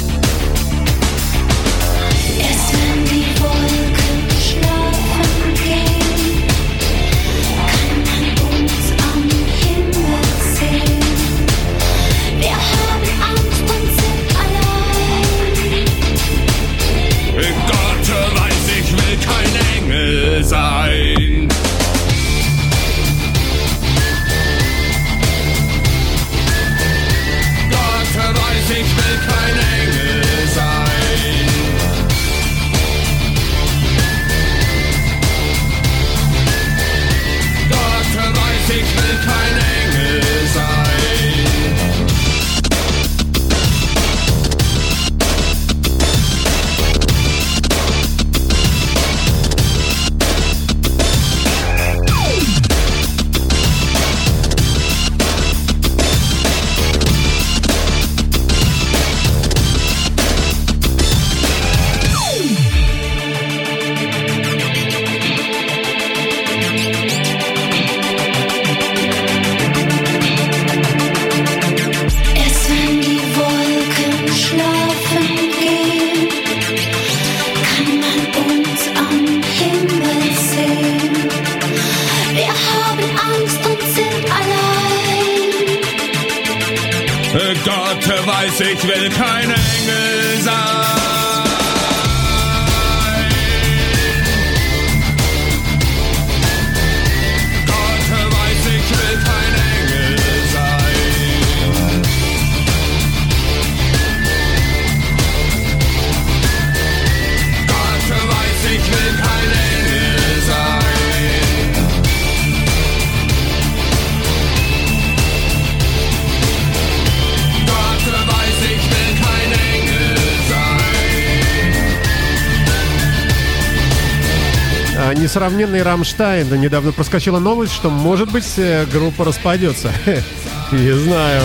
Erst wenn die Wolken schlafen gehen, kann man uns am Himmel sehen. Wir haben Angst und sind allein. Gott weiß, ich will kein Engel sein. Gott weiß, ich will kein Engel sein. Gott weiß, ich will kein Engel sein. Erst wenn die Wolken schlafen gehen, kann man uns am Himmel sehen. Wir haben Angst und sind allein. Gott weiß, ich will kein Engel sein. Gott weiß, ich will kein Engel sein. Gott weiß, ich will kein Engel sein. несравненный Рамштайн. Недавно проскочила новость, что, может быть, э, группа распадется. Не знаю.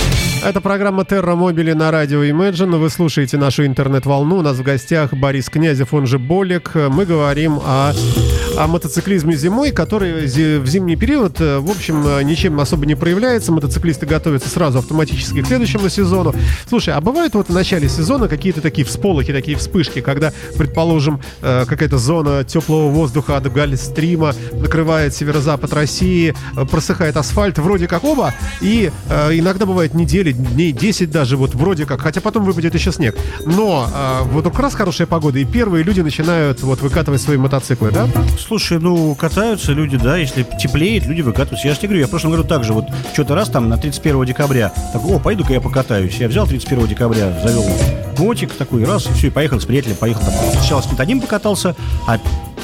Это программа «Терра Мобили» на радио Imagine. Вы слушаете нашу интернет-волну. У нас в гостях Борис Князев, он же Болик. Мы говорим о, о мотоциклизме зимой, который в зимний период, в общем, ничем особо не проявляется. Мотоциклисты готовятся сразу автоматически к следующему сезону. Слушай, а бывают вот в начале сезона какие-то такие всполохи, такие вспышки, когда, предположим, какая-то зона теплого воздуха от Гольфстрима накрывает северо-запад России, просыхает асфальт, вроде как оба, и иногда бывает недели, дней десять даже, вот вроде как, хотя потом выпадет еще снег. Но а, вот как раз хорошая погода, и первые люди начинают вот выкатывать свои мотоциклы, да? Слушай, ну, катаются люди, да, если теплеет, люди выкатываются. Я же тебе говорю, я в прошлом году также вот что-то раз там на тридцать первого декабря, так, о, пойду-ка я покатаюсь. Я взял тридцать первого декабря, завел мотик такой, раз, и все, и поехал с приятелем, поехал там. Сначала с одним покатался, а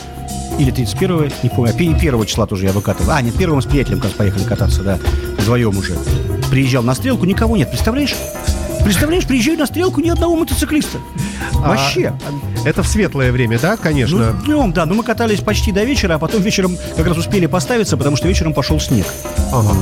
или тридцать первого, не помню, а первого числа тоже я выкатывал. А, нет, первым с приятелем, как раз поехали кататься, да, вдвоем уже. Приезжал на стрелку, никого нет, представляешь? Представляешь, приезжаю на стрелку, ни одного мотоциклиста. Вообще. А, это в светлое время, да, конечно? Ну, днем, да, но мы катались почти до вечера, а потом вечером как раз успели поставиться, потому что вечером пошел снег. Ага.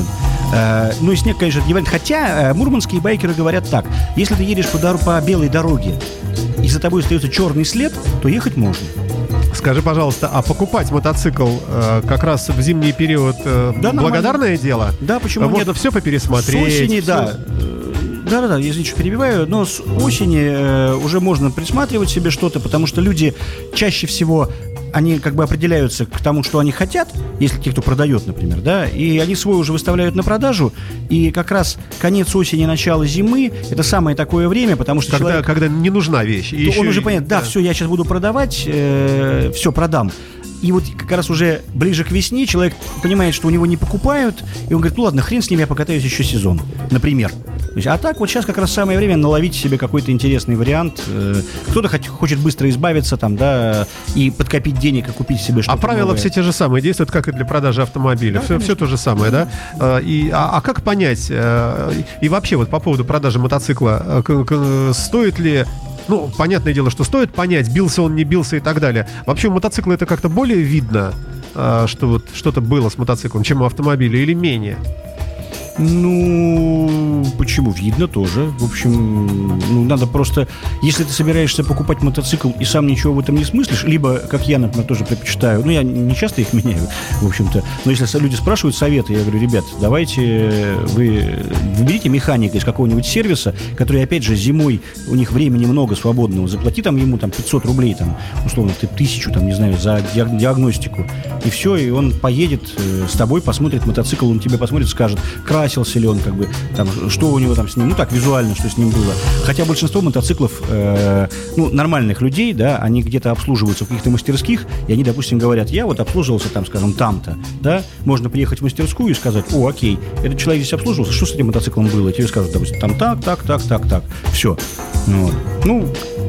Э, ну и снег, конечно, не вариант. Хотя э, мурманские байкеры говорят так: если ты едешь по, дор- по белой дороге и за тобой остается черный след, то ехать можно. Скажи, пожалуйста, а покупать мотоцикл э, как раз в зимний период э, да, благодарное дело? Да, почему Можно нет? все попересмотреть. С осени, все... да. Да-да-да, я извините, что перебиваю, но с осени э, уже можно присматривать себе что-то, потому что люди чаще всего, они как бы определяются к тому, что они хотят, если те, кто продает, например, да, и они свой уже выставляют на продажу, и как раз конец осени, начало зимы — это самое такое время, потому что когда, человек... когда не нужна вещь. И он еще... уже понимает, да, да, все, я сейчас буду продавать, э, все, продам. И вот как раз уже ближе к весне человек понимает, что у него не покупают, и он говорит, ну ладно, хрен с ним, я покатаюсь еще сезон, например. То есть, а так вот сейчас как раз самое время наловить себе какой-то интересный вариант. Кто-то хочет быстро избавиться там, да, и подкопить денег, и купить себе что-то А правила новое. все те же самые, действуют, как и для продажи автомобиля. Да, все, все то же самое, да? И, а, а как понять, и вообще вот по поводу продажи мотоцикла, стоит ли... Ну, понятное дело, что стоит понять, бился он, не бился и так далее. Вообще у мотоцикла это как-то более видно, что вот что-то было с мотоциклом, чем у автомобиля, или менее? Ну, почему? Видно тоже. В общем, ну, надо просто... Если ты собираешься покупать мотоцикл и сам ничего в этом не смыслишь, либо, как я, например, тоже предпочитаю, ну, я не часто их меняю, в общем-то, но если люди спрашивают советы, я говорю, ребят, давайте вы выберите механика из какого-нибудь сервиса, который, опять же, зимой, у них времени много свободного, заплати там ему там пятьсот рублей, там, условно, ты тысячу, там, не знаю, за диагностику, и все, и он поедет с тобой, посмотрит мотоцикл, он тебе посмотрит, скажет, красился ли он, как бы, там, что у него там с ним, ну так, визуально, что с ним было. Хотя большинство мотоциклов, э, ну, нормальных людей, да, они где-то обслуживаются в каких-то мастерских, и они, допустим, говорят, я вот обслуживался там, скажем, там-то, да, можно приехать в мастерскую и сказать, о, окей, этот человек здесь обслуживался, что с этим мотоциклом было? И тебе скажут, допустим, там так, так, так, так, так, все. Вот. Ну,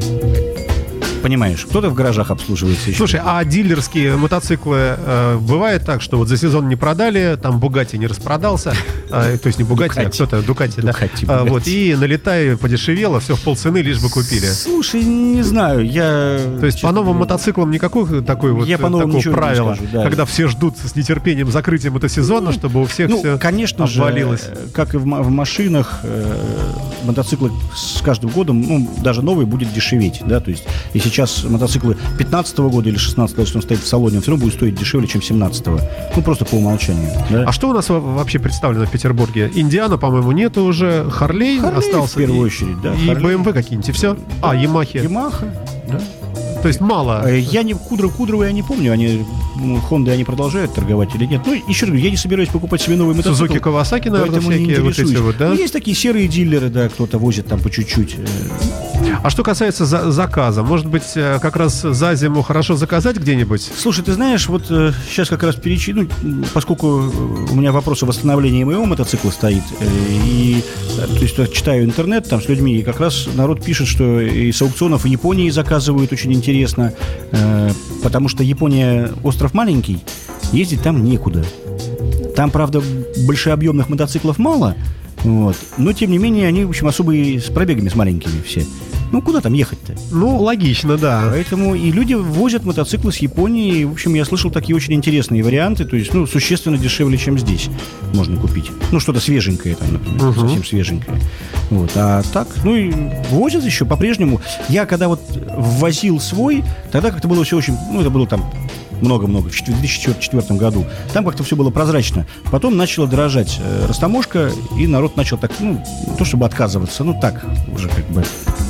понимаешь, кто-то в гаражах обслуживается еще. Слушай, а дилерские мотоциклы, э, бывает так, что вот за сезон не продали, там Бугатти не распродался, э, то есть не Бугатти, а кто-то, Дукатти, да, Дукатти, а, вот, и налетай подешевело, все в полцены, лишь бы купили. Слушай, не знаю, я... То есть по новым мотоциклам никакого такой вот я по новым такого правила, скажу, да. когда все ждут с нетерпением закрытия мотосезона, ну, чтобы у всех ну, все конечно обвалилось. Же, как и в, в машинах, э, мотоциклы с каждым годом, ну, даже новый будет дешеветь, да, то есть и сейчас мотоциклы пятнадцатого года или шестнадцатого, если он стоит в салоне, он все равно будет стоить дешевле, чем семнадцатого. Ну, просто по умолчанию. Да? А что у нас вообще представлено в Петербурге? Индиана, по-моему, нету уже. Харлей, Харлей остался. в первую и, очередь, да. И бэ эм вэ какие-нибудь, и все? А, Ямахи. Ямаха, да. То есть мало. Я не Кудро, Кудрово я не помню, они, ну, Хонды они продолжают торговать или нет. Ну, еще раз говорю, я не собираюсь покупать себе новый мотоцикл. Сузуки, Кавасаки, наверное, поэтому не всякие вот эти вот, да? Ну, есть такие серые дилеры, да, кто-то возит там по чуть-чуть. А что касается за- заказа, может быть, как раз за зиму хорошо заказать где-нибудь? Слушай, ты знаешь, вот э, сейчас как раз перечислю, ну, поскольку у меня вопрос о восстановлении моего мотоцикла стоит, э, и, э, то есть, я читаю интернет там с людьми, и как раз народ пишет, что и с аукционов в Японии заказывают очень интересно, э, потому что Япония остров маленький, ездить там некуда. Там, правда, большеобъемных мотоциклов мало, вот, но, тем не менее, они, в общем, особо и с пробегами с маленькими все. Ну, куда там ехать-то? Ну, логично, да. Поэтому и люди возят мотоциклы с Японии. И, в общем, я слышал такие очень интересные варианты. То есть, ну, существенно дешевле, чем здесь можно купить. Ну, что-то свеженькое там, например, Угу. совсем свеженькое. Вот. А так, ну, и возят еще по-прежнему. Я когда вот ввозил свой, тогда как-то было все очень... Ну, это было там много-много, в две тысячи четвёртом году. Там как-то все было прозрачно. Потом начала дорожать э, растаможка, и народ начал так, ну, не то чтобы отказываться, ну, так уже как бы...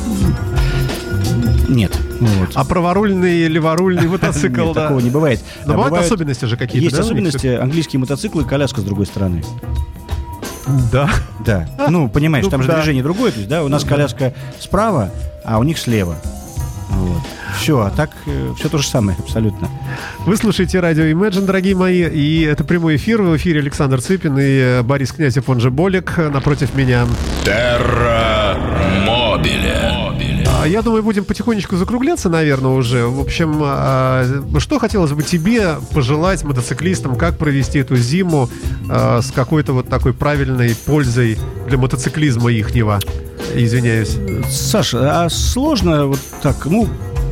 Нет. Вот. А праворульный, леворульный мотоцикл, Нет, да. такого не бывает. Но А бывают бывают- особенности же какие-то, Есть да, у них особенности. Английские мотоциклы, коляска с другой стороны. Да. Да. Ну, понимаешь, Ну, там же да. движение другое. То есть, да, у нас коляска справа, а у них слева. Вот. Все, а так все то же самое абсолютно. Вы слушаете радио Imagine, дорогие мои, и это прямой эфир. В эфире Александр Цыпин и э, Борис Князев, он же Болик, напротив меня. Терра Мобиле. А, Я думаю, будем потихонечку закругляться, наверное, уже. В общем, а, что хотелось бы тебе пожелать мотоциклистам, как провести эту зиму а, с какой-то вот такой правильной пользой для мотоциклизма ихнего? Извиняюсь. Саша, а сложно вот так, ну...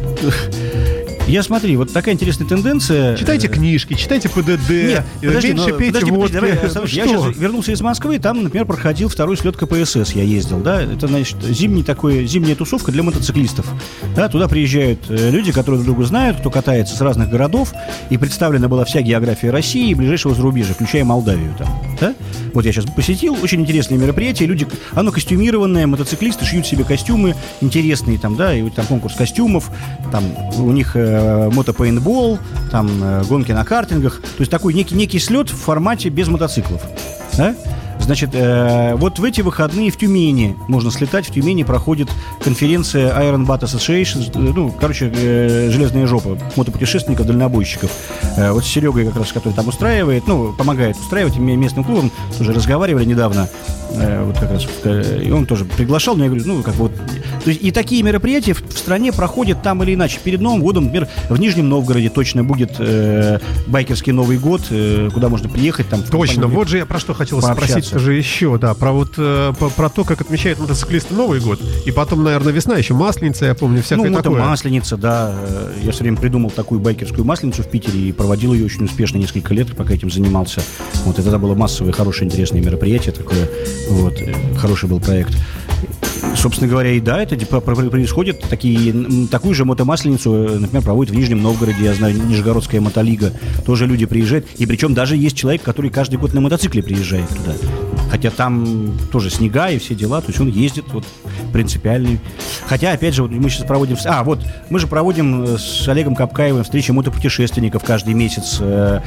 Я смотри, вот такая интересная тенденция. Читайте книжки, читайте ПДД, Нет, подожди, меньше ну, пейте подожди, водки. подожди, давай, Ну Саша, я что? сейчас вернулся из Москвы, там, например, проходил второй слет КПСС, я ездил, да, это, значит, зимний такой, зимняя тусовка для мотоциклистов, да, туда приезжают э, люди, которые друг друга знают, кто катается с разных городов, и представлена была вся география России и ближайшего зарубежья, включая Молдавию там, да, вот я сейчас посетил, очень интересные мероприятия, люди, оно костюмированное, мотоциклисты шьют себе костюмы интересные там, да, и вот там конкурс костюмов, там у них э, мотопейнтбол, там э, гонки на картингах, то есть такой некий, некий слет в формате без мотоциклов, да? Значит, э, вот в эти выходные в Тюмени можно слетать. В Тюмени проходит конференция Iron Butt Association, э, ну, короче, э, железная жопа мотопутешественников, дальнобойщиков. Э, вот с Серегой, как раз, который там устраивает, ну, помогает устраивать местным клубам, тоже разговаривали недавно, э, вот как раз, э, и он тоже приглашал, но я говорю, ну, как вот, то есть и такие мероприятия в, в стране проходят там или иначе. Перед Новым годом, например, в Нижнем Новгороде точно будет э, байкерский Новый год, э, куда можно приехать там. в Точно, компанию- вот же я про что хотел пообщаться. спросить же еще, да, про вот э, по- про то, как отмечают мотоциклисты Новый год, и потом, наверное, весна, еще Масленица, я помню, всякое Ну, это такое. масленица, да. Э, Я все время придумал такую байкерскую масленицу в Питере и проводил ее очень успешно несколько лет, пока этим занимался. Вот, и тогда было массовое, хорошее, интересное мероприятие такое. Вот, э, хороший был проект. Собственно говоря, и да, это типа про- про- происходит. Такие, м, такую же мотомасленицу, э, например, проводят в Нижнем Новгороде, я знаю, Нижегородская мотолига. Тоже люди приезжают. И причем даже есть человек, который каждый год на мотоцикле приезжает туда. Хотя там тоже снега и все дела, то есть он ездит вот принципиальный. Хотя, опять же, вот мы сейчас проводим... А, вот, мы же проводим э, с Олегом Капкаевым встречи мотопутешественников каждый месяц э,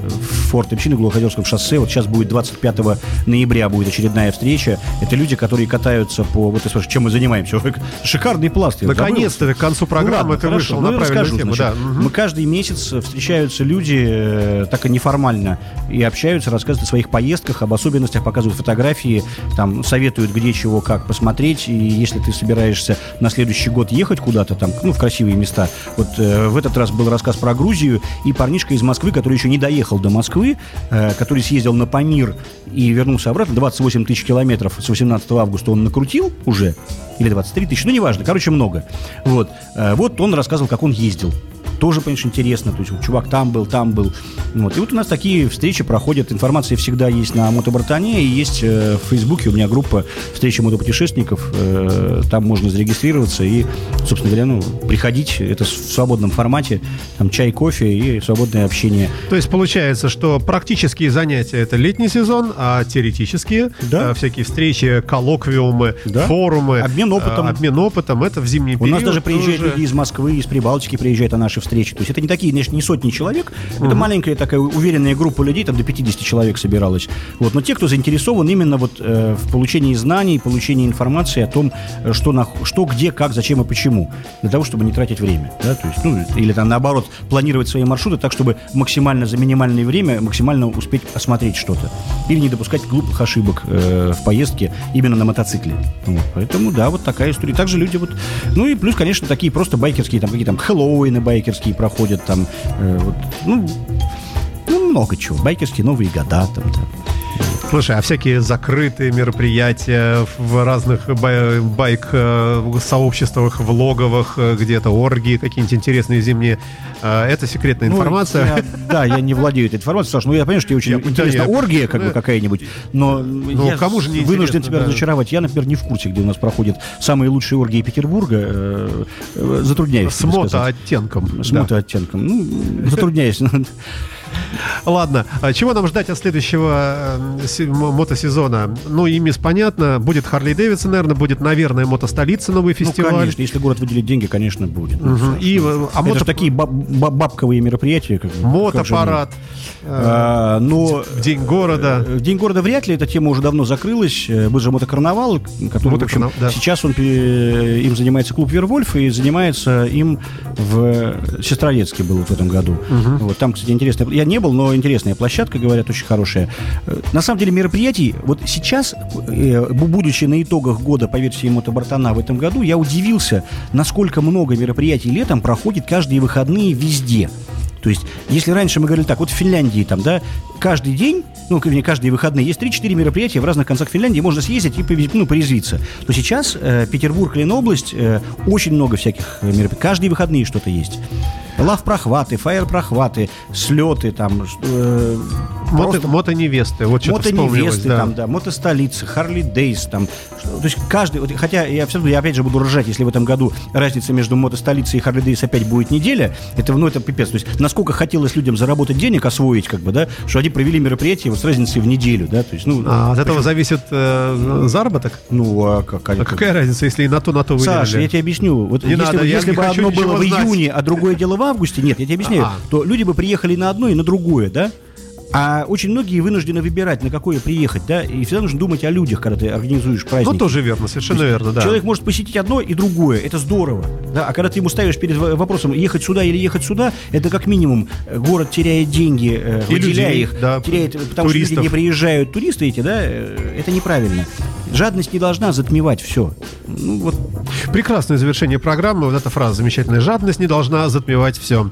в Форт-Эпчино, Глухозерском шоссе. Вот сейчас будет двадцать пятого ноября будет очередная встреча. Это люди, которые катаются по... Вот ты спрашиваешь, чем мы занимаемся? Шикарный пласт. я забыл. Наконец-то к концу Ну программы ладно, ты хорошо. вышел Ну, на я правильную расскажу, тему. значит. Да. Мгм. Мы каждый месяц встречаются люди, э, так и неформально, и общаются, рассказывают о своих поездках, об особенностях, показывают фотографии, там, советуют, где чего, как посмотреть. И если ты собираешься на следующий год ехать куда-то там, ну, в красивые места, вот э, в этот раз был рассказ про Грузию, и парнишка из Москвы, который еще не доехал до Москвы, э, который съездил на Памир и вернулся обратно, двадцать восемь тысяч километров с восемнадцатого августа он накрутил уже, или двадцать три тысячи, ну, неважно, короче, много. Вот, Э, вот он рассказывал, как он ездил. Тоже, конечно, интересно. То есть, вот, чувак там был, там был. Вот. И вот у нас такие встречи проходят. Информация всегда есть на Мотобратане. И есть э, в Фейсбуке у меня группа встречи мотопутешественников. Э, там можно зарегистрироваться и, собственно говоря, ну, приходить. Это в свободном формате. Там чай, кофе и свободное общение. То есть получается, что практические занятия — это летний сезон, а теоретические, Да. э, всякие встречи, коллоквиумы, Да. форумы, Обмен опытом. э, обмен опытом, это в зимний У период. нас даже приезжают тоже. люди из Москвы, из Прибалтики приезжают на наши встречи. То есть это не такие, конечно, не сотни человек, это маленькая такая уверенная группа людей, там до пятьдесят человек собиралась. Вот. Но те, кто заинтересован именно вот, э, в получении знаний, получении информации о том, э, что, на, что, где, как, зачем и почему, для того, чтобы не тратить время. Да? То есть, ну, или там, наоборот, планировать свои маршруты так, чтобы максимально за минимальное время максимально успеть осмотреть что-то. Или не допускать глупых ошибок э, в поездке именно на мотоцикле. Вот. Поэтому, да, вот такая история. Также люди вот... Ну и плюс, конечно, такие просто байкерские, там какие-то там хэллоуины байкерские проходят, там, э, вот, ну, ну, много чего. Байкерские Новые года, там, там. Слушай, а всякие закрытые мероприятия в разных бай- байк-сообществах, влоговых, где-то оргии, какие-нибудь интересные зимние, это секретная Ну, информация. я- да, я не владею этой информацией, Саш, ну я понимаю, что тебе очень Я- интересна да, я- оргия как бы да. какая-нибудь, но я кому же не вынужден интересно, тебя да. разочаровать. Я, например, не в курсе, где у нас проходят самые лучшие оргии Петербурга. э, э, Затрудняюсь С тебе сказать. мотооттенком. С да. мотооттенком. Ну, затрудняюсь. Ладно, а чего нам ждать от следующего э, се- м- мотосезона? Ну, и мисс понятно, будет Харли Дэвидсон, наверное, будет, наверное, мотостолица, новый Ну, фестиваль. конечно, если город выделит деньги, конечно, будет. Ну, Мгм. Саш, И, ну, э, а это мото- же такие баб- баб- бабковые мероприятия. Как бы, как же Мотопарад, они? э, А, но День города. э, в День города вряд ли, эта тема уже давно закрылась. Э, Был же мотокарнавал, который, в общем, Мотокарнав- да. сейчас он, э, им занимается клуб Вервольф, и занимается им в Сестрорецке был вот в этом году. Вот, там, кстати, интересная... Я не был, но интересная площадка, говорят, очень хорошая. Э, На самом деле мероприятий, вот сейчас, э, бу- будучи на итогах года по версии Мотобартана в этом году, я удивился, насколько много мероприятий летом проходит каждые выходные везде. То есть, если раньше мы говорили так, вот в Финляндии там, да, каждый день, ну, вернее, каждые выходные есть три-четыре мероприятия в разных концах Финляндии, можно съездить и повез- ну, порезвиться. То сейчас э, Петербург, Ленобласть, э, очень много всяких э, мероприятий. Каждые выходные что-то есть. Лав-прохваты, фаер-прохваты, слеты там, э, Мото, просто мото-невесты, вот что-то вспомнилось. мотоневесты, Да. там, да, мотостолицы, Харли Дейс, там, что- то есть каждый, вот, хотя я все равно, я опять же буду ржать, если в этом году разница между мотостолицей и Харли Дейс опять будет неделя, это, ну, это пипец, то есть насколько хотелось людям заработать денег, освоить, как бы, да, что они провели мероприятие вот с разницей в неделю, да, то есть, ну, А от этого зависит э, заработок? ну, а как, А какая разница, если и на то, на то выделили? Саша, я тебе объясню. Вот Не если надо, бы, я если не бы хочу одно было ничего в знать. июне, а другое дело в августе, нет, я тебе объясняю, А. то люди бы приехали на одно и на другое, да? А очень многие вынуждены выбирать, на какое приехать, да? И всегда нужно думать о людях, когда ты организуешь праздник. Ну, тоже верно, совершенно верно, да. Человек может посетить одно и другое, это здорово. Да? А когда ты ему ставишь перед в- вопросом, ехать сюда или ехать сюда, это как минимум э, город теряет деньги, э, И выделяя людей, их, да, теряет, потому туристов. что люди не приезжают, туристы эти, да, э, это неправильно. Жадность не должна затмевать все. Ну, вот. Прекрасное завершение программы. Вот эта фраза замечательная. Жадность не должна затмевать все.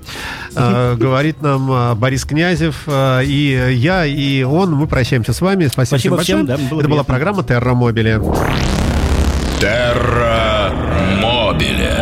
Э, говорит нам э, Борис Князев. Э, и я, и он. Мы прощаемся с вами. Спасибо, Спасибо всем всем, большое. да, было Это была приятно. программа Терра Мобили. Терра Мобиле.